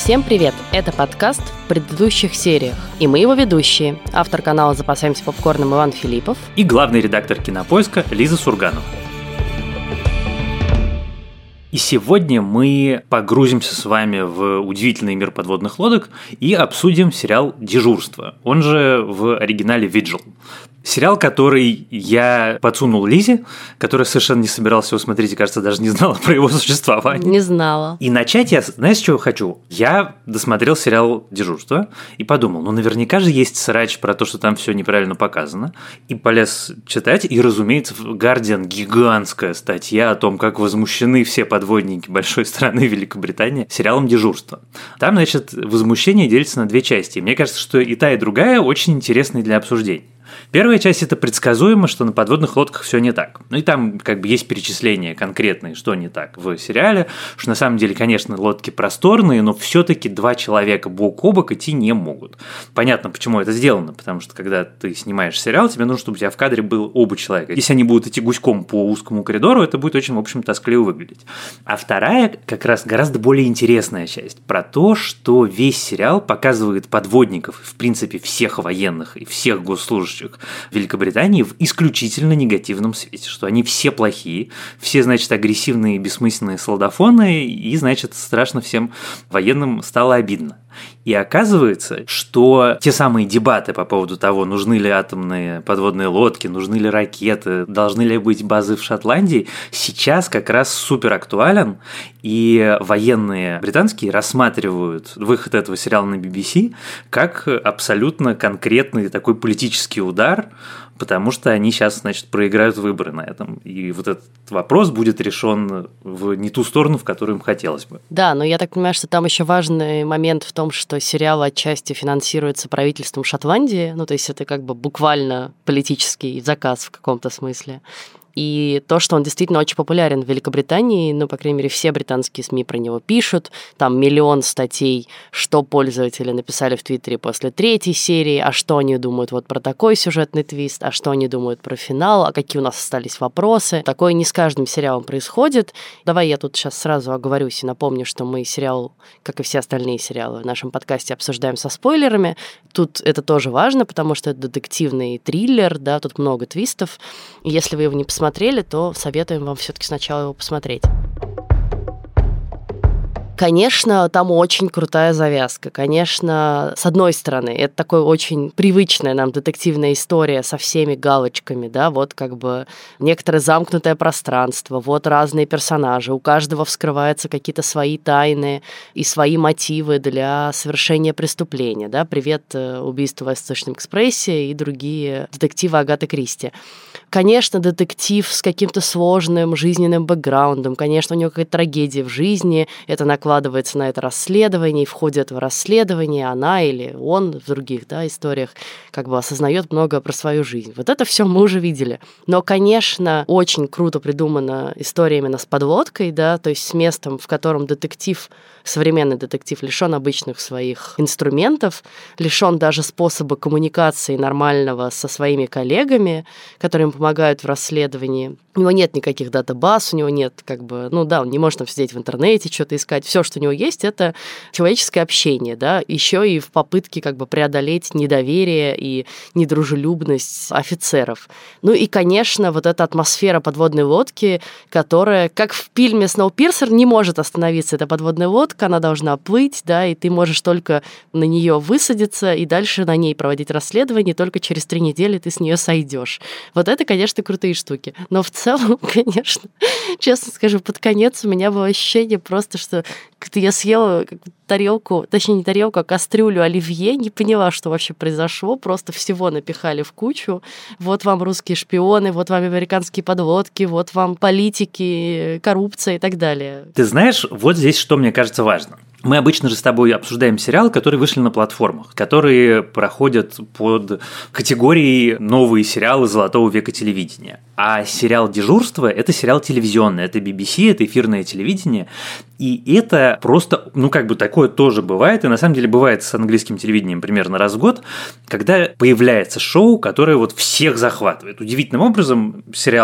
Всем привет! Это подкаст в предыдущих сериях. И мы его ведущие. Автор канала «Запасаемся попкорном» Иван Филиппов. И главный редактор «Кинопоиска» Лиза Сурганова. И сегодня мы погрузимся с вами в удивительный мир подводных лодок и обсудим сериал «Дежурство», он же в оригинале «Vigil». Сериал, который я подсунул Лизе, которая совершенно не собиралась его смотреть и, кажется, даже не знала про его существование. Не знала. И начать я, знаешь, с чего хочу? Я досмотрел сериал «Дежурство» и подумал, наверняка же есть срач про то, что там все неправильно показано. И полез читать, и, разумеется, в «Гардиан» гигантская статья о том, как возмущены все подводники большой страны Великобритании сериалом «Дежурство». Там, значит, возмущение делится на две части. Мне кажется, что и та, и другая очень интересны для обсуждения. Первая часть – это предсказуемо, что на подводных лодках все не так. Ну и там как бы есть перечисления конкретные, что не так в сериале, что на самом деле, конечно, лодки просторные, но все-таки два человека бок о бок идти не могут. Понятно, почему это сделано, потому что когда ты снимаешь сериал, тебе нужно, чтобы у тебя в кадре было оба человека. Если они будут идти гуськом по узкому коридору, это будет очень, в общем, тоскливо выглядеть. А вторая, как раз гораздо более интересная часть, про то, что весь сериал показывает подводников, в принципе, всех военных и всех госслужащих Великобритании в исключительно негативном свете, что они все плохие, все, значит, агрессивные, бессмысленные солдафоны, и, значит, страшно всем военным стало обидно. И оказывается, что те самые дебаты по поводу того, нужны ли атомные подводные лодки, нужны ли ракеты, должны ли быть базы в Шотландии, сейчас как раз супер актуален, и военные британские рассматривают выход этого сериала на BBC как абсолютно конкретный такой политический удар, потому что они сейчас, значит, проиграют выборы на этом. И вот этот вопрос будет решен в не ту сторону, в которую им хотелось бы. Да, но я так понимаю, что там еще важный момент в том, что сериал отчасти финансируется правительством Шотландии, ну, то есть это как бы буквально политический заказ в каком-то смысле. И то, что он действительно очень популярен в Великобритании, ну, по крайней мере, все британские СМИ про него пишут, там миллион статей, что пользователи написали в Твиттере после третьей серии, а что они думают вот про такой сюжетный твист, а что они думают про финал, а какие у нас остались вопросы. Такое не с каждым сериалом происходит. Давай я тут сейчас сразу оговорюсь и напомню, что мы сериал, как и все остальные сериалы в нашем подкасте, обсуждаем со спойлерами. Тут это тоже важно, потому что это детективный триллер, да, тут много твистов. И если вы его не посмотрели, то советуем вам все-таки сначала его посмотреть. Конечно, там очень крутая завязка. Конечно, с одной стороны, это такая очень привычная нам детективная история со всеми галочками, да, вот как бы некоторое замкнутое пространство, вот разные персонажи, у каждого вскрываются какие-то свои тайны и свои мотивы для совершения преступления, да, привет, убийство в Восточном экспрессе и другие детективы Агаты Кристи. Конечно, детектив с каким-то сложным жизненным бэкграундом, конечно, у него какая-то трагедия в жизни, это накладывается на это расследование, и в ходе этого расследования она или он в других, да, историях как бы осознает много про свою жизнь. Вот это все мы уже видели. Но, конечно, очень круто придумана история именно с подводкой, да, то есть с местом, в котором детектив, современный детектив, лишен обычных своих инструментов, лишен даже способа коммуникации нормального со своими коллегами, которые им помогают в расследовании. У него нет никаких датабаз, у него нет как бы, ну да, он не может там сидеть в интернете, что-то искать. Все, что у него есть, это человеческое общение, да, еще и в попытке как бы преодолеть недоверие и недружелюбность офицеров. Ну и, конечно, вот эта атмосфера подводной лодки, которая, как в фильме «Сноупирсер», не может остановиться. Эта подводная лодка, она должна плыть, да, и ты можешь только на нее высадиться и дальше на ней проводить расследование, только через 3 недели ты с нее сойдешь. Вот это, конечно, крутые штуки. Но в целом, конечно, честно скажу, под конец у меня было ощущение просто, что как-то я съела тарелку, точнее не тарелку, а кастрюлю оливье, не поняла, что вообще произошло, просто всего напихали в кучу. Вот вам русские шпионы, вот вам американские подводки, вот вам политики, коррупция и так далее. Ты знаешь, вот здесь что мне кажется важно. Мы обычно же с тобой обсуждаем сериалы, которые вышли на платформах, которые проходят под категорией новые сериалы золотого века телевидения. А сериал «Дежурство» – это сериал телевизионный, это BBC, это эфирное телевидение. И это просто, ну как бы такое тоже бывает, и на самом деле бывает с английским телевидением примерно раз в год, когда появляется шоу, которое вот всех захватывает. Удивительным образом сериал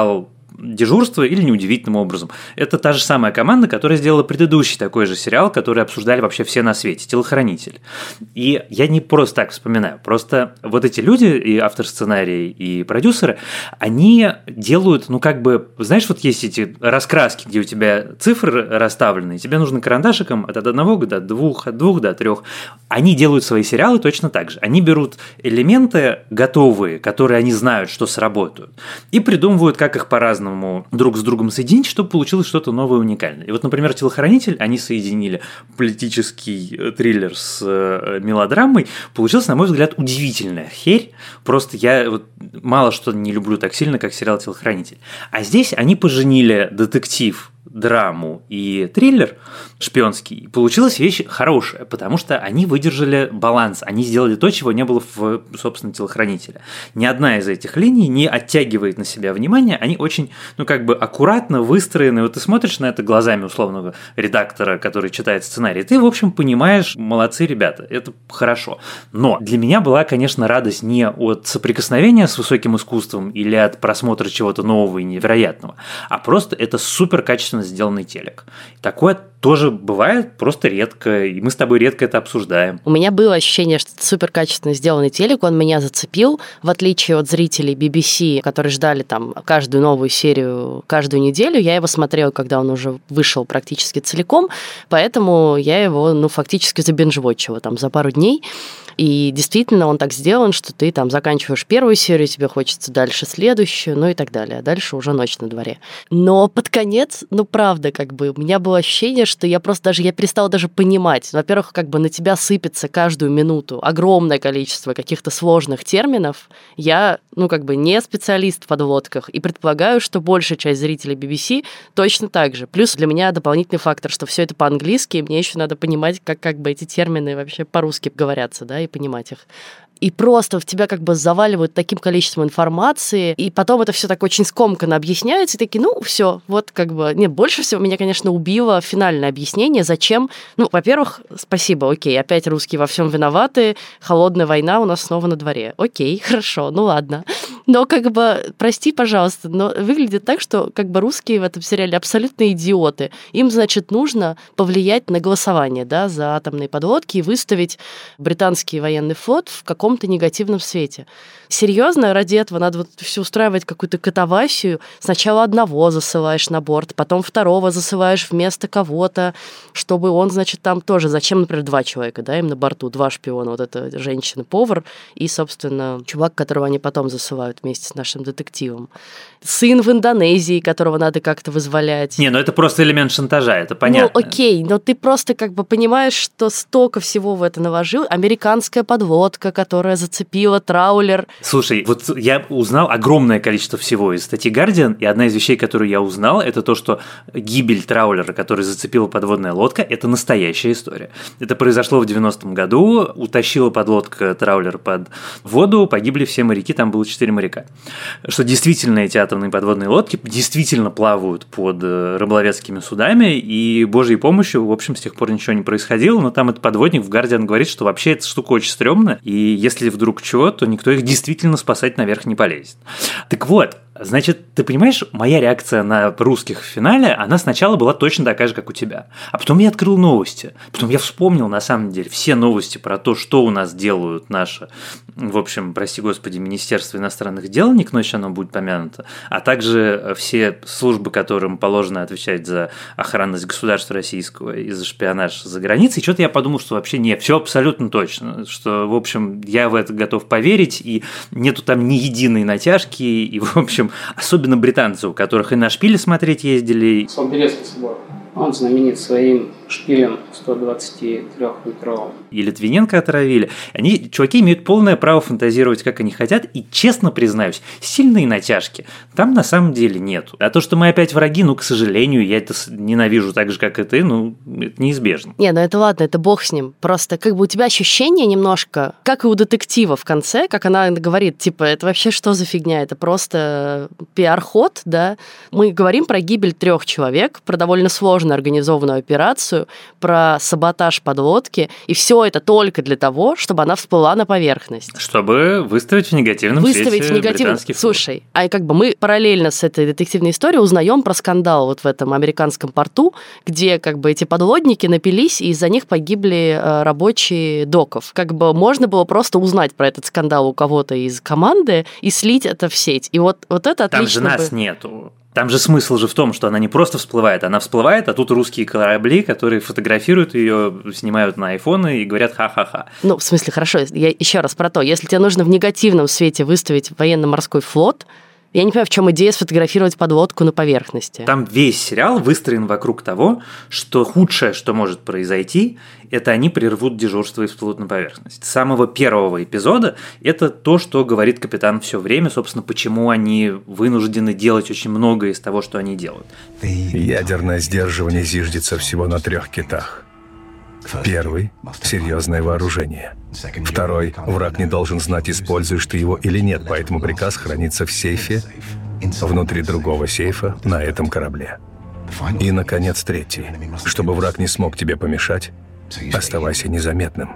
«Дежурство» или «Неудивительным образом». Это та же самая команда, которая сделала предыдущий такой же сериал, который обсуждали вообще все на свете – «Телохранитель». И я не просто так вспоминаю, просто вот эти люди, и автор сценария, и продюсеры, они делают, знаешь, вот есть эти раскраски, где у тебя цифры расставлены, и тебе нужно карандашиком от 1 до 2, от 2 до 3. Они делают свои сериалы точно так же. Они берут элементы готовые, которые они знают, что сработают, и придумывают, как их по-разному друг с другом соединить, чтобы получилось что-то новое, уникальное. И вот, например, «Телохранитель» они соединили политический триллер с мелодрамой. Получилась, на мой взгляд, удивительная херь. Просто я мало что не люблю так сильно, как сериал «Телохранитель». А здесь они поженили детектив, драму и триллер шпионский, получилась вещь хорошая, потому что они выдержали баланс, они сделали то, чего не было в, собственно, «Телохранителе». Ни одна из этих линий не оттягивает на себя внимание, они очень, аккуратно выстроены. Вот ты смотришь на это глазами условного редактора, который читает сценарий, ты, в общем, понимаешь, молодцы ребята, это хорошо. Но для меня была, конечно, радость не от соприкосновения с высоким искусством или от просмотра чего-то нового и невероятного, а просто это супер качественно сделанный телек. Такое тоже бывает просто редко, и мы с тобой редко это обсуждаем. У меня было ощущение, что это супер качественно сделанный телек, он меня зацепил, в отличие от зрителей BBC, которые ждали там каждую новую серию каждую неделю. Я его смотрела, когда он уже вышел практически целиком, поэтому я его, фактически забинж-вотчила там за пару дней. И действительно он так сделан, что ты там заканчиваешь первую серию, тебе хочется дальше следующую, и так далее. А дальше уже ночь на дворе. Но под конец, правда, у меня было ощущение, что я перестала даже понимать. Во-первых, на тебя сыпется каждую минуту огромное количество каких-то сложных терминов. Я, не специалист в подводках, и предполагаю, что большая часть зрителей BBC точно так же. Плюс для меня дополнительный фактор, что все это по-английски, и мне еще надо понимать, как эти термины вообще по-русски говорятся, да, и понимать их. И просто в тебя заваливают таким количеством информации, и потом это все так очень скомканно объясняется, и такие, все, Нет, больше всего меня, конечно, убило финальное объяснение, зачем. Во-первых, спасибо, окей, опять русские во всем виноваты, холодная война у нас снова на дворе. Окей, хорошо, ладно. Но прости, пожалуйста, но выглядит так, что русские в этом сериале абсолютно идиоты. Им, значит, нужно повлиять на голосование, да, за атомные подлодки и выставить британский военный флот в каком-то негативном свете. Серьезно, ради этого надо все устраивать какую-то катавасию. Сначала одного засылаешь на борт, потом второго засылаешь вместо кого-то, чтобы он, значит, там тоже... Зачем, например, 2 человека, да, им на борту, 2 шпиона, вот эта женщина-повар и, собственно, чувак, которого они потом засылают вместе с нашим детективом. Сын в Индонезии, которого надо как-то вызволять. Не, это просто элемент шантажа, это понятно. Окей, но ты просто понимаешь, что столько всего в это наложил. Американская подлодка, которая зацепила траулер. Слушай, я узнал огромное количество всего из статьи Guardian, и одна из вещей, которую я узнал, это то, что гибель траулера, который зацепила подводная лодка, это настоящая история. Это произошло в 90-м году, утащила подлодка траулер под воду, погибли все моряки, там было 4 моряка. Что действительно эти атомные подводные лодки действительно плавают под рыболовецкими судами, и божьей помощью, в общем, с тех пор ничего не происходило, но там этот подводник в Guardian говорит, что вообще эта штука очень стрёмная, и если вдруг чего, то никто их действительно спасать наверх не полезет. Так вот, значит, ты понимаешь, моя реакция на русских в финале, она сначала была точно такая же, как у тебя. А потом я открыл новости. Потом я вспомнил, на самом деле, все новости про то, что у нас делают наши, в общем, прости господи, Министерство иностранных дел, не к ночи оно будет помянуто, а также все службы, которым положено отвечать за охранность государства российского и за шпионаж за границей. И что-то я подумал, что вообще нет, все абсолютно точно, что, в общем, я в это готов поверить, и нету там ни единой натяжки, и, в общем, особенно британцы, у которых и на шпили смотреть ездили. Солнцепечерский собор. Он знаменит своим шпилем 123-метровым. И Литвиненко отравили. Чуваки имеют полное право фантазировать, как они хотят, и, честно признаюсь, сильные натяжки там на самом деле нету. А то, что мы опять враги, к сожалению, я это ненавижу так же, как и ты, это неизбежно. Не, это ладно, это бог с ним. Просто у тебя ощущение немножко, как и у детектива в конце, как она говорит, это вообще что за фигня? Это просто пиар-ход, да? Мы говорим про гибель 3 человек, про довольно сложно организованную операцию, информацию про саботаж подлодки, и все это только для того, чтобы она всплыла на поверхность. Чтобы выставить в негативном свете британский флот. Слушай, а как бы мы параллельно с этой детективной историей узнаем про скандал вот в этом американском порту, где как бы эти подлодники напились, и из-за них погибли рабочие доков. Как бы можно было просто узнать про этот скандал у кого-то из команды и слить это в сеть. И вот это отлично. Там же нас нету. Там же смысл же в том, что она не просто всплывает, она всплывает, а тут русские корабли, которые фотографируют ее, снимают на айфоны и говорят ха-ха-ха. Ну, в смысле, хорошо, я еще раз про то. Если тебе нужно в негативном свете выставить военно-морской флот, я не понимаю, в чем идея сфотографировать подлодку на поверхности. Там весь сериал выстроен вокруг того, что худшее, что может произойти, это они прервут дежурство и всплывут на поверхность. С самого первого эпизода это то, что говорит капитан все время, собственно, почему они вынуждены делать очень многое из того, что они делают. Ядерное сдерживание зиждется всего на 3 китах. Первый – серьезное вооружение. Второй – враг не должен знать, используешь ты его или нет, поэтому приказ хранится в сейфе, внутри другого сейфа на этом корабле. И, наконец, третий – чтобы враг не смог тебе помешать, оставайся незаметным.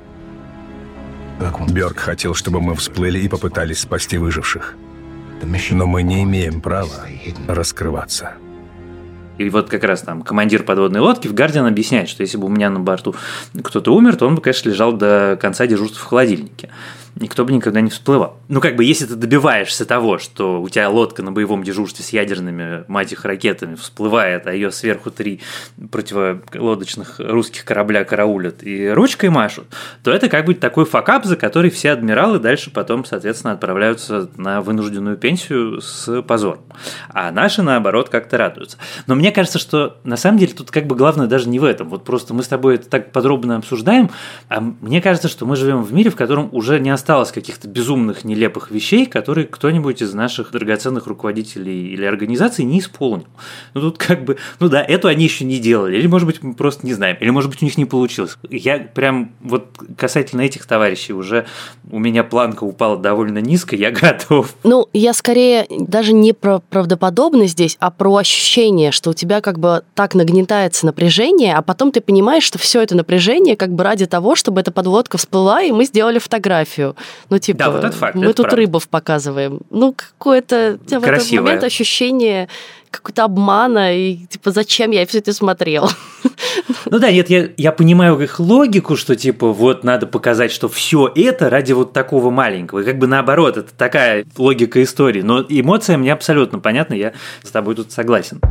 Бёрк хотел, чтобы мы всплыли и попытались спасти выживших. Но мы не имеем права раскрываться. И вот как раз там командир подводной лодки в «Гардиан» объясняет, что если бы у меня на борту кто-то умер, то он бы, конечно, лежал до конца дежурства в холодильнике. Никто бы никогда не всплывал. Ну, как бы, если ты добиваешься того, что у тебя лодка на боевом дежурстве с ядерными, мать их, ракетами всплывает, а ее сверху 3 противолодочных русских корабля караулят и ручкой машут, то это как бы такой факап, за который все адмиралы дальше потом, соответственно, отправляются на вынужденную пенсию с позором. А наши, наоборот, как-то радуются. Но мне кажется, что на самом деле тут как бы главное даже не в этом. Вот просто мы с тобой это так подробно обсуждаем, а мне кажется, что мы живем в мире, в котором уже не осталось каких-то безумных, нелепых вещей, которые кто-нибудь из наших драгоценных руководителей или организаций не исполнил. Ну, тут как бы, ну да, эту они еще не делали, или, может быть, мы просто не знаем, или, может быть, у них не получилось. Я прям вот касательно этих товарищей уже у меня планка упала довольно низко, я готов. Ну, я скорее даже не про правдоподобность здесь, а про ощущение, что у тебя как бы так нагнетается напряжение, а потом ты понимаешь, что все это напряжение как бы ради того, чтобы эта подлодка всплыла, и мы сделали фотографию. Ну, типа, да, вот это факт, мы это тут правда. Рыбов показываем. Ну, какое-то у тебя в этот момент ощущение какого-то обмана, и типа, зачем я все это смотрел? Ну да, нет, я понимаю их логику, что типа вот надо показать, что все это ради вот такого маленького. И как бы наоборот, это такая логика истории. Но эмоция мне абсолютно понятна, я с тобой тут согласен.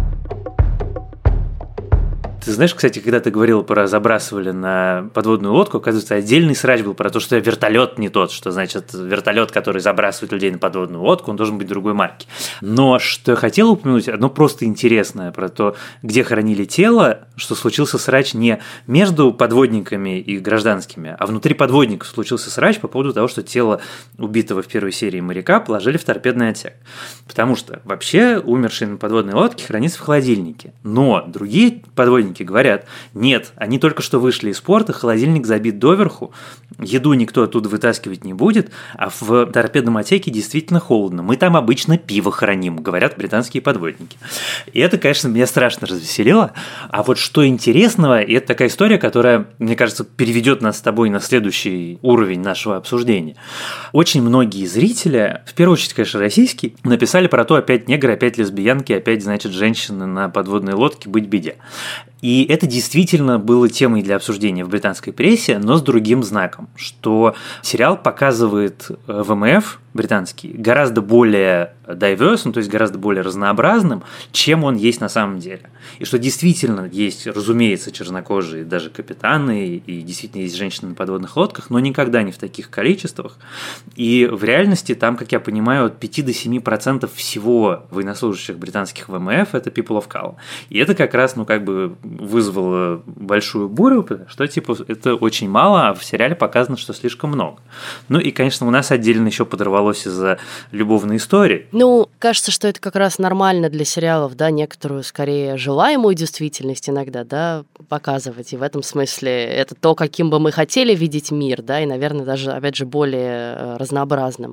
Ты знаешь, кстати, когда ты говорил про забрасывали на подводную лодку, оказывается, отдельный срач был про то, что вертолет не тот, что значит вертолет, который забрасывает людей на подводную лодку, он должен быть другой марки. Но что я хотел упомянуть, одно просто интересное про то, где хоронили тело, что случился срач не между подводниками и гражданскими, а внутри подводников случился срач по поводу того, что тело убитого в первой серии моряка положили в торпедный отсек. Потому что вообще умерший на подводной лодке хранится в холодильнике. Но другие подводники говорят, нет, они только что вышли из порта, холодильник забит доверху, еду никто оттуда вытаскивать не будет, а в торпедном отсеке действительно холодно. Мы там обычно пиво храним, говорят британские подводники. И это, конечно, меня страшно развеселило. А вот что интересного, и это такая история, которая, мне кажется, переведет нас с тобой на следующий уровень нашего обсуждения. Очень многие зрители, в первую очередь, конечно, российские, написали про то, опять негры, опять лесбиянки, опять, значит, женщины на подводной лодке, быть беде. И это действительно было темой для обсуждения в британской прессе, но с другим знаком, что сериал показывает ВМФ британский гораздо более diverse, ну, то есть гораздо более разнообразным, чем он есть на самом деле. И что действительно есть, разумеется, чернокожие даже капитаны, и действительно есть женщины на подводных лодках, но никогда не в таких количествах. И в реальности там, как я понимаю, от 5 до 7% всего военнослужащих британских ВМФ – это people of color. И это как раз, ну, как бы вызвало большую бурю, что, типа, это очень мало, а в сериале показано, что слишком много. Ну и, конечно, у нас отдельно еще подорвалось удалось из-за любовной истории. Ну, кажется, что это как раз нормально для сериалов, да, некоторую, скорее, желаемую действительность иногда, да, показывать. И в этом смысле это то, каким бы мы хотели видеть мир, да, и, наверное, даже, опять же, более разнообразным.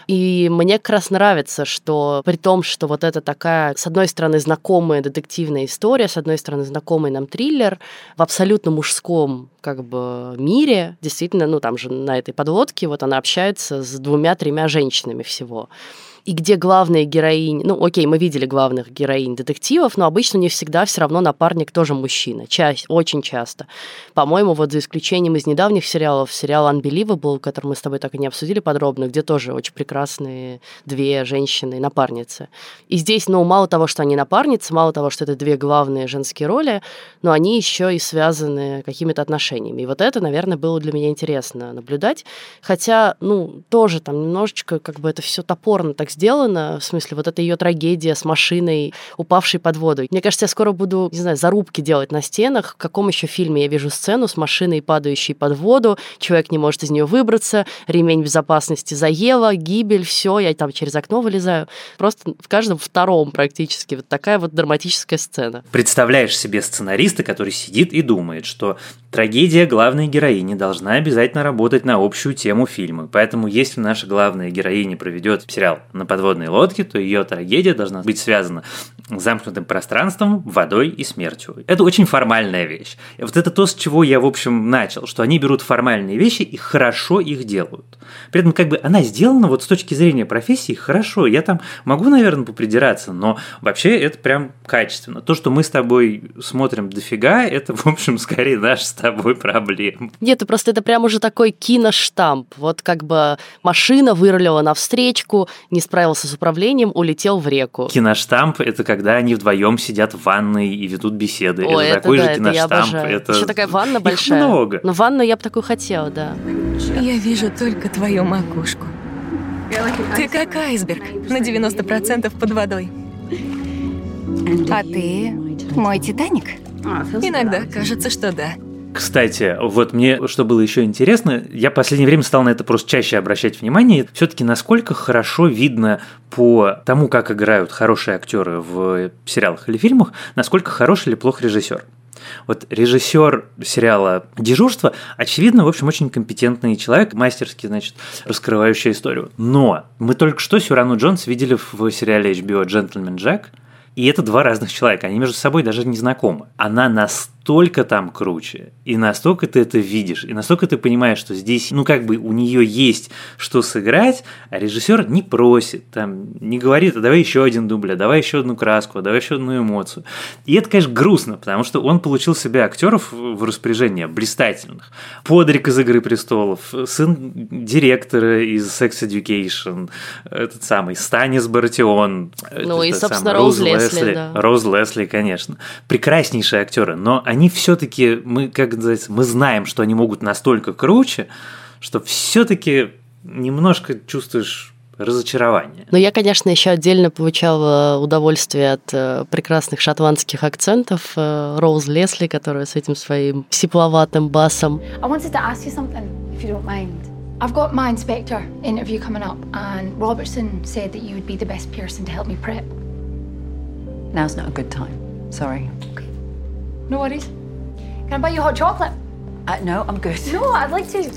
И мне как раз нравится, что при том, что вот это такая, с одной стороны, знакомая детективная история, с одной стороны, знакомый нам триллер, в абсолютно мужском как бы мире, действительно, ну, там же на этой подводке вот она общается с 2-3 женщинами всего. И где главные героини... Ну, окей, мы видели главных героинь детективов, но обычно не всегда все равно напарник тоже мужчина. Очень часто. По-моему, вот за исключением из недавних сериалов, сериал Unbelievable, который мы с тобой так и не обсудили подробно, где тоже очень прекрасные 2 женщины-напарницы. И здесь, ну, мало того, что они напарницы, мало того, что это 2 главные женские роли, но они еще и связаны какими-то отношениями. И вот это, наверное, было для меня интересно наблюдать. Хотя, ну, тоже там немножечко как бы это все топорно так сделано, в смысле, вот это ее трагедия с машиной, упавшей под воду. Мне кажется, я скоро буду, не знаю, зарубки делать на стенах. В каком еще фильме я вижу сцену с машиной, падающей под воду, человек не может из нее выбраться, ремень безопасности заело, гибель, все, я там через окно вылезаю. Просто в каждом втором практически вот такая вот драматическая сцена. Представляешь себе сценариста, который сидит и думает, что трагедия главной героини должна обязательно работать на общую тему фильма. Поэтому, если наша главная героиня проведет сериал на подводной лодке, то ее трагедия должна быть связана с замкнутым пространством, водой и смертью. Это очень формальная вещь. И вот это то, с чего я, в общем, начал, что они берут формальные вещи и хорошо их делают. При этом как бы она сделана вот с точки зрения профессии хорошо. Я там могу, наверное, попридираться, но вообще это прям качественно. То, что мы с тобой смотрим дофига, это, в общем, скорее наша с тобой проблема. Нет, просто это прям уже такой киноштамп. Вот как бы машина вырулила навстречку, не справился с управлением, улетел в реку. Киноштамп – это когда они вдвоем сидят в ванной и ведут беседы. О, это такой да, же киноштамп. Это еще такая ванна большая. Их много. Но ванну я бы такую хотела, да. Я вижу только твою макушку. Ты как айсберг, на 90% под водой. А ты мой Титаник? Иногда кажется, что да. Кстати, вот мне, что было еще интересно, я в последнее время стал на это просто чаще обращать внимание, все-таки насколько хорошо видно по тому, как играют хорошие актеры в сериалах или фильмах, насколько хороший или плох режиссер. Вот режиссер сериала «Дежурство», очевидно, в общем, очень компетентный человек, мастерски, значит, раскрывающий историю. Но мы только что Сюрану Джонс видели в сериале HBO «Джентльмен Джек», и это 2 разных человека, они между собой даже не знакомы. Она настолько там круче, и настолько ты это видишь, и настолько ты понимаешь, что здесь, ну, как бы у нее есть что сыграть, а режиссер не просит, там, не говорит, а давай еще один дубль, а давай еще одну краску, а давай еще одну эмоцию. И это, конечно, грустно, потому что он получил себе актеров в распоряжение блистательных. Подрик из «Игры престолов», сын директора из «Sex Education», этот самый Станис Баратион, ну и, собственно, Роуз Лесли, да. Роуз Лесли, конечно. Прекраснейшие актеры, но они все-таки, мы, как называется, мы знаем, что они могут настолько круче, что все-таки немножко чувствуешь разочарование. Но я, конечно, еще отдельно получала удовольствие от прекрасных шотландских акцентов Роуз Лесли, которая с этим своим сипловатым басом. I've got my inspector interview coming up, and Robertson said that you would be the best person to help me prep. Now's not a good time. Sorry. Okay. No worries. Can I buy you hot chocolate? No, I'm good. No, I'd like to.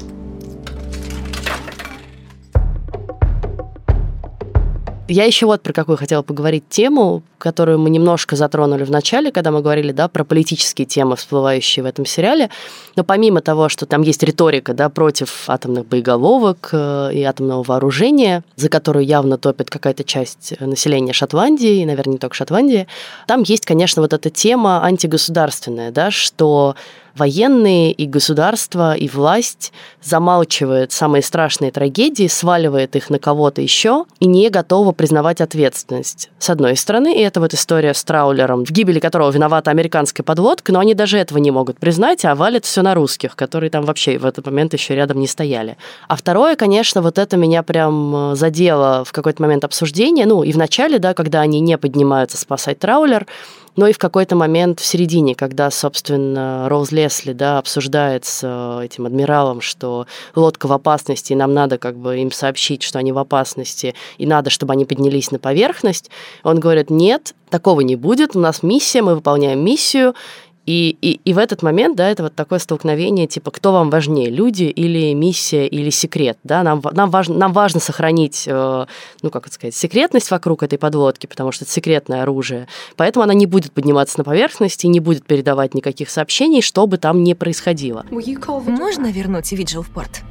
Я еще вот про какую хотела поговорить тему, которую мы немножко затронули в начале, когда мы говорили, да, про политические темы, всплывающие в этом сериале. Но помимо того, что там есть риторика, да, против атомных боеголовок и атомного вооружения, за которую явно топит какая-то часть населения Шотландии, и, наверное, не только Шотландии, там есть, конечно, вот эта тема антигосударственная, да, что военные и государство, и власть замалчивают самые страшные трагедии, сваливает их на кого-то еще и не готова признавать ответственность. С одной стороны, и это вот история с траулером, в гибели которого виновата американская подводка, но они даже этого не могут признать, а валят все на русских, которые там вообще в этот момент еще рядом не стояли. А второе, конечно, вот это меня прям задело в какой-то момент обсуждения, ну и в начале, да, когда они не поднимаются спасать траулер, но и в какой-то момент в середине, когда, собственно, Роуз Лесли, да, обсуждает с этим адмиралом, что лодка в опасности, и нам надо как бы им сообщить, что они в опасности, и надо, чтобы они поднялись на поверхность, он говорит: нет, такого не будет, у нас миссия, мы выполняем миссию. И в этот момент, да, это вот такое столкновение, типа, кто вам важнее, люди или миссия, или секрет, да, нам важно сохранить, ну, как это сказать, секретность вокруг этой подлодки, потому что это секретное оружие, поэтому она не будет подниматься на поверхность и не будет передавать никаких сообщений, что бы там ни происходило. Можно вернуть Виджил в порт?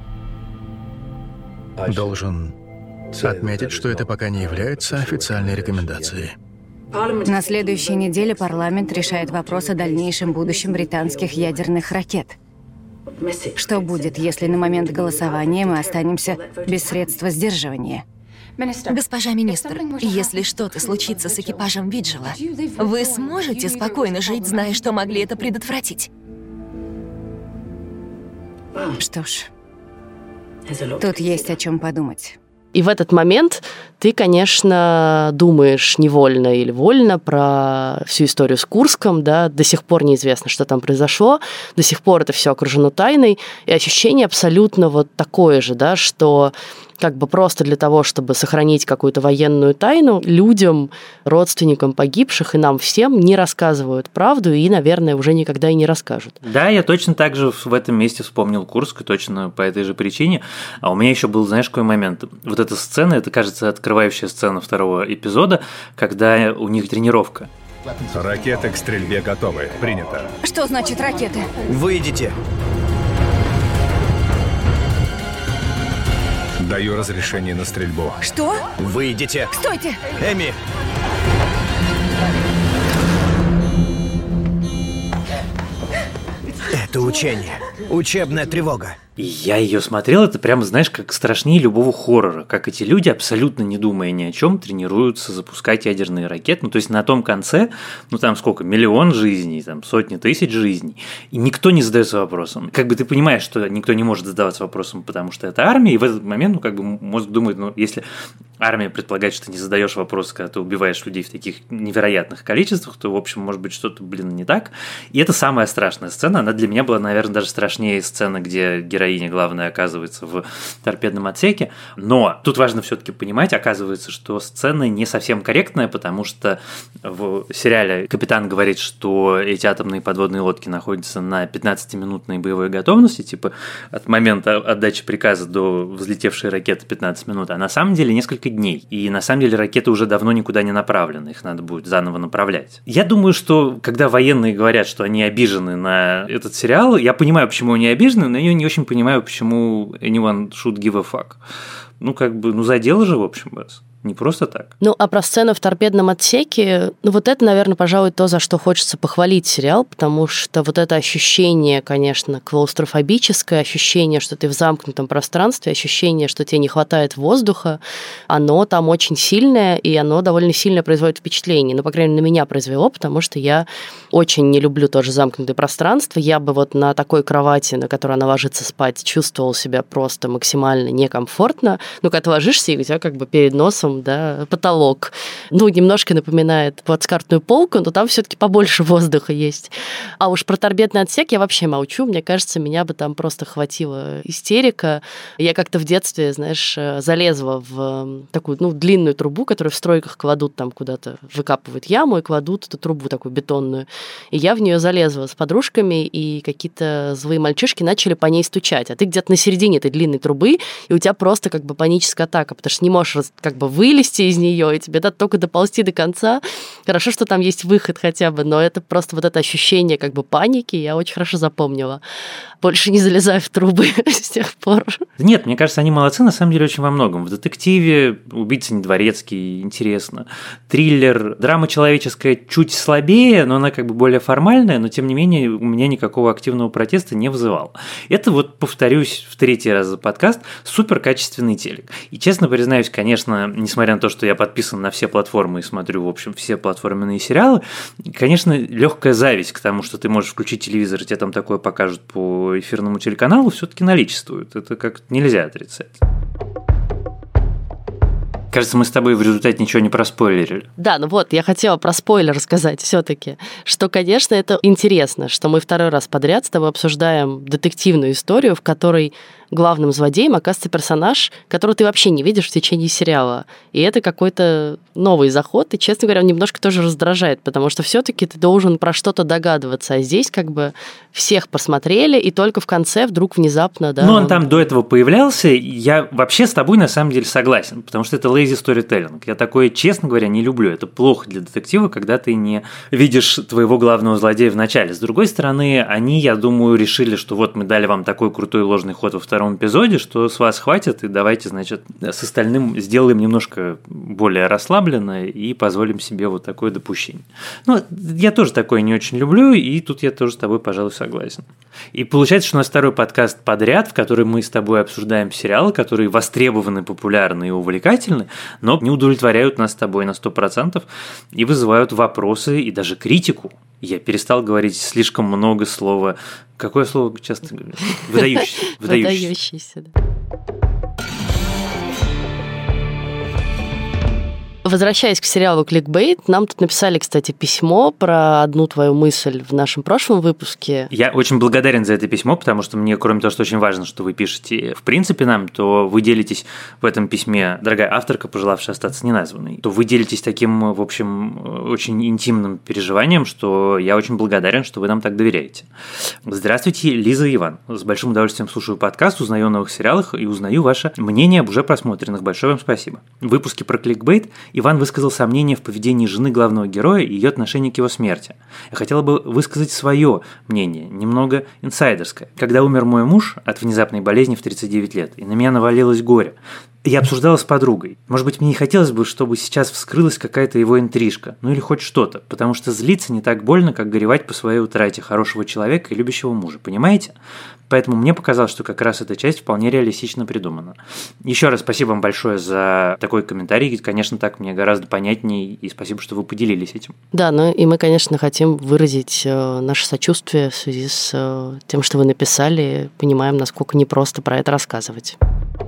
Должен отметить, что это пока не является официальной рекомендацией. На следующей неделе парламент решает вопрос о дальнейшем будущем британских ядерных ракет. Что будет, если на момент голосования мы останемся без средства сдерживания? Госпожа министр, если что-то случится с экипажем Виджила, вы сможете спокойно жить, зная, что могли это предотвратить? Что ж, тут есть о чем подумать. И в этот момент ты, конечно, думаешь невольно или вольно про всю историю с Курском, да, до сих пор неизвестно, что там произошло, до сих пор это все окружено тайной, и ощущение абсолютно вот такое же, да, что как бы просто для того, чтобы сохранить какую-то военную тайну, людям, родственникам погибших и нам всем не рассказывают правду и, наверное, уже никогда и не расскажут. Да, я точно так же в этом месте вспомнил Курск, и точно по этой же причине. А у меня еще был, знаешь, какой момент? Вот эта сцена, это, кажется, открывающая сцена второго эпизода, когда у них тренировка. Ракеты к стрельбе готовы. Принято. Что значит ракеты? Выйдите. Даю разрешение на стрельбу. Что? Выйдите. Стойте! Эми! Это учение. Учебная тревога. И я ее смотрел, это прямо, знаешь, как страшнее любого хоррора, как эти люди, абсолютно не думая ни о чем, тренируются запускать ядерные ракеты. Ну, то есть на том конце, ну, там сколько, 1 миллион жизней, там сотни тысяч жизней, и никто не задается вопросом. Как бы ты понимаешь, что никто не может задаваться вопросом, потому что это армия, и в этот момент, ну, как бы мозг думает, ну, если армия предполагает, что ты не задаешь вопрос, когда ты убиваешь людей в таких невероятных количествах, то, в общем, может быть, что-то, не так. И это самая страшная сцена, она для меня была, наверное, даже страшнее сцены, где героиня главная оказывается в торпедном отсеке. Но тут важно все-таки понимать, оказывается, что сцена не совсем корректная, потому что в сериале капитан говорит, что эти атомные подводные лодки находятся на 15-минутной боевой готовности, типа от момента отдачи приказа до взлетевшей ракеты 15 минут, а на самом деле несколько дней. И на самом деле ракеты уже давно никуда не направлены, их надо будет заново направлять. Я думаю, что когда военные говорят, что они обижены на этот сериал, я понимаю, почему они обижены, но я не очень понимаю, почему anyone should give a fuck. Ну, как бы, ну, задело же, в общем, вас. Не просто так. Ну, а про сцену в торпедном отсеке, ну, вот это, наверное, пожалуй, то, за что хочется похвалить сериал, потому что вот это ощущение, конечно, клаустрофобическое, ощущение, что ты в замкнутом пространстве, ощущение, что тебе не хватает воздуха, оно там очень сильное, и оно довольно сильно производит впечатление. Ну, по крайней мере, на меня произвело, потому что я очень не люблю тоже замкнутое пространство. Я бы вот на такой кровати, на которой она ложится спать, чувствовала себя просто максимально некомфортно. Ну, когда ты ложишься, и у тебя как бы перед носом, да, потолок. Ну, немножко напоминает плацкартную полку, но там все-таки побольше воздуха есть. А уж про торпедный отсек я вообще молчу. Мне кажется, меня бы там просто хватила истерика. Я как-то в детстве, знаешь, залезла в такую, ну, длинную трубу, которую в стройках кладут там куда-то, выкапывают яму и кладут эту трубу такую бетонную. И я в нее залезла с подружками, и какие-то злые мальчишки начали по ней стучать. А ты где-то на середине этой длинной трубы, и у тебя просто как бы паническая атака, потому что не можешь как бы вылезти из нее, и тебе надо только доползти до конца. Хорошо, что там есть выход хотя бы, но это просто вот это ощущение как бы паники я очень хорошо запомнила. Больше не залезаю в трубы с тех пор. Нет, мне кажется, они молодцы на самом деле очень во многом. В детективе «Убийца не дворецкий» интересно. Триллер, драма человеческая чуть слабее, но она как бы более формальная, но тем не менее у меня никакого активного протеста не вызывал. Это вот, повторюсь в 3-й раз за подкаст, супер качественный телек. И честно признаюсь, конечно, несмотря на то, что я подписан на все платформы и смотрю, в общем, все платформенные сериалы, конечно, легкая зависть к тому, что ты можешь включить телевизор, и тебе там такое покажут по эфирному телеканалу, все-таки наличествует. Это как-то нельзя отрицать. Кажется, мы с тобой в результате ничего не проспойлерили. Да, ну вот, я хотела про спойлер рассказать все-таки, что, конечно, это интересно, что мы второй раз подряд с тобой обсуждаем детективную историю, в которой главным злодеем оказывается персонаж, которого ты вообще не видишь в течение сериала. И это какой-то новый заход, и, честно говоря, он немножко тоже раздражает, потому что все-таки ты должен про что-то догадываться, а здесь как бы всех посмотрели, и только в конце вдруг внезапно, да... Ну, он там до этого появлялся, я вообще с тобой на самом деле согласен, потому что это lazy storytelling. Я такое, честно говоря, не люблю. Это плохо для детектива, когда ты не видишь твоего главного злодея в начале. С другой стороны, они, я думаю, решили, что вот мы дали вам такой крутой ложный ход во втором эпизоде, что с вас хватит, и давайте, значит, с остальным сделаем немножко более расслабленно и позволим себе вот такое допущение. Ну, я тоже такое не очень люблю, и тут я тоже с тобой, пожалуй, согласен. И получается, что у нас второй подкаст подряд, в котором мы с тобой обсуждаем сериалы, которые востребованы, популярны и увлекательны, но не удовлетворяют нас с тобой на 100% и вызывают вопросы и даже критику. Я перестал говорить слишком много слова. Какое слово часто говорю? Выдающийся. Выдающийся, да. Возвращаясь к сериалу «Кликбейт», нам тут написали, кстати, письмо про одну твою мысль в нашем прошлом выпуске. Я очень благодарен за это письмо, потому что мне, кроме того, что очень важно, что вы пишете в принципе нам, то вы делитесь в этом письме, дорогая авторка, пожелавшая остаться неназванной, то вы делитесь таким, в общем, очень интимным переживанием, что я очень благодарен, что вы нам так доверяете. Здравствуйте, Лиза и Иван. С большим удовольствием слушаю подкаст, узнаю о новых сериалах и узнаю ваше мнение об уже просмотренных. Большое вам спасибо. В выпуске про «Кликбейт» Иван высказал сомнения в поведении жены главного героя и ее отношении к его смерти. Я хотела бы высказать свое мнение, немного инсайдерское. Когда умер мой муж от внезапной болезни в 39 лет, и на меня навалилось горе, я обсуждала с подругой. Может быть, мне не хотелось бы, чтобы сейчас вскрылась какая-то его интрижка, ну или хоть что-то, потому что злиться не так больно, как горевать по своей утрате хорошего человека и любящего мужа, понимаете? Поэтому мне показалось, что как раз эта часть вполне реалистично придумана. Еще раз спасибо вам большое за такой комментарий. Конечно, так мне гораздо понятнее, и спасибо, что вы поделились этим. Да, ну и мы, конечно, хотим выразить наше сочувствие в связи с тем, что вы написали. Понимаем, насколько непросто про это рассказывать.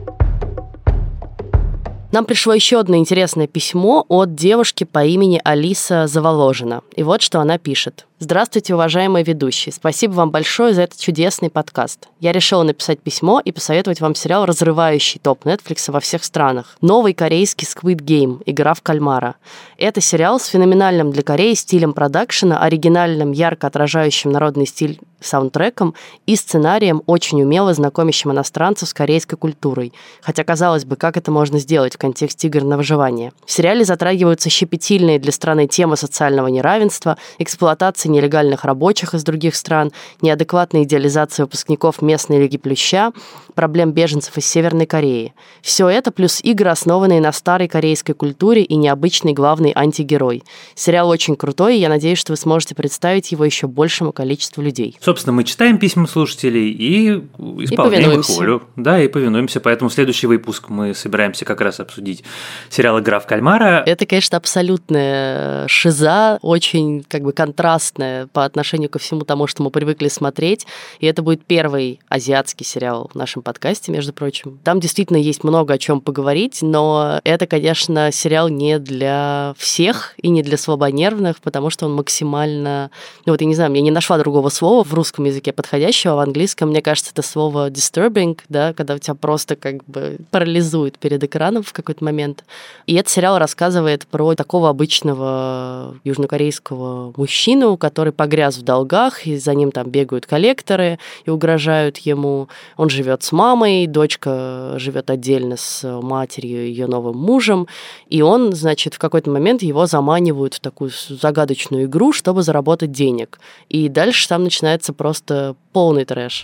Нам пришло еще одно интересное письмо от девушки по имени Алиса Заволожина. И вот что она пишет. Здравствуйте, уважаемые ведущие. Спасибо вам большое за этот чудесный подкаст. Я решила написать письмо и посоветовать вам сериал, разрывающий топ Netflix во всех странах. Новый корейский Squid Game «Игра в кальмара». Это сериал с феноменальным для Кореи стилем продакшена, оригинальным, ярко отражающим народный стиль саундтреком и сценарием, очень умело знакомящим иностранцев с корейской культурой. Хотя, казалось бы, как это можно сделать в контексте игр на выживание? В сериале затрагиваются щепетильные для страны темы социального неравенства, эксплуатации нелегальных рабочих из других стран, неадекватной идеализации выпускников местной Лиги Плюща, проблем беженцев из Северной Кореи. Все это плюс игры, основанные на старой корейской культуре и необычный главный антигерой. Сериал очень крутой, и я надеюсь, что вы сможете представить его еще большему количеству людей. Собственно, мы читаем письма слушателей и исполняем их волю. Да, и повинуемся. Поэтому следующий выпуск мы собираемся как раз обсудить сериал «Игра в кальмара». Это, конечно, абсолютная шиза, очень как бы контрастная по отношению ко всему тому, что мы привыкли смотреть. И это будет первый азиатский сериал в нашем подкасте, между прочим. Там действительно есть много о чем поговорить, но это, конечно, сериал не для всех и не для слабонервных, потому что он максимально... Ну вот я не знаю, я не нашла другого слова в русском языке подходящего, а в английском, мне кажется, это слово disturbing, да, когда тебя просто как бы парализует перед экраном в какой-то момент. И этот сериал рассказывает про такого обычного южнокорейского мужчину, который погряз в долгах, и за ним там бегают коллекторы и угрожают ему. Он живет с мамой, дочка живет отдельно с матерью и ее новым мужем, и он, значит, в какой-то момент его заманивают в такую загадочную игру, чтобы заработать денег. И дальше там начинается просто полный трэш.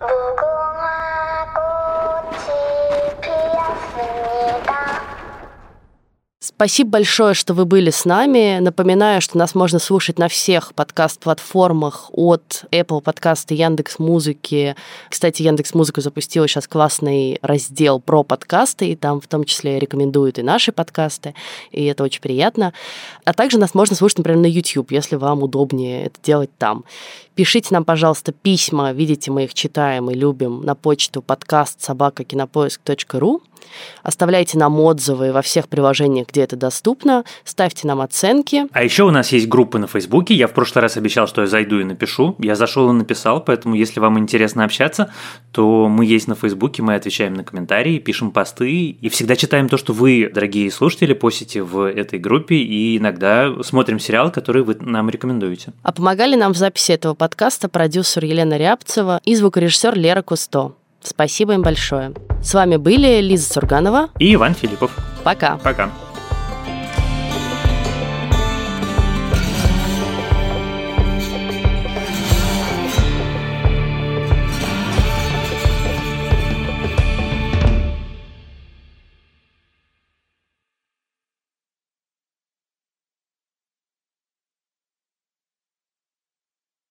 Спасибо большое, что вы были с нами. Напоминаю, что нас можно слушать на всех подкаст-платформах от Apple подкаста, Яндекс.Музыки. Кстати, Яндекс.Музыка запустила сейчас классный раздел про подкасты, и там в том числе рекомендуют и наши подкасты, и это очень приятно. А также нас можно слушать, например, на YouTube, если вам удобнее это делать там. Пишите нам, пожалуйста, письма, видите, мы их читаем и любим, на почту podcast@kinopoisk.ru. Оставляйте нам отзывы во всех приложениях, где это доступно. Ставьте нам оценки. А еще у нас есть группы на Фейсбуке. Я в прошлый раз обещал, что я зайду и напишу. Я зашел и написал, поэтому если вам интересно общаться, то мы есть на Фейсбуке, мы отвечаем на комментарии, пишем посты и всегда читаем то, что вы, дорогие слушатели, постите в этой группе, и иногда смотрим сериал, который вы нам рекомендуете. А помогали нам в записи этого подкаста продюсер Елена Рябцева и звукорежиссер Лера Кусто. Спасибо им большое. С вами были Лиза Сурганова и Иван Филиппов. Пока. Пока.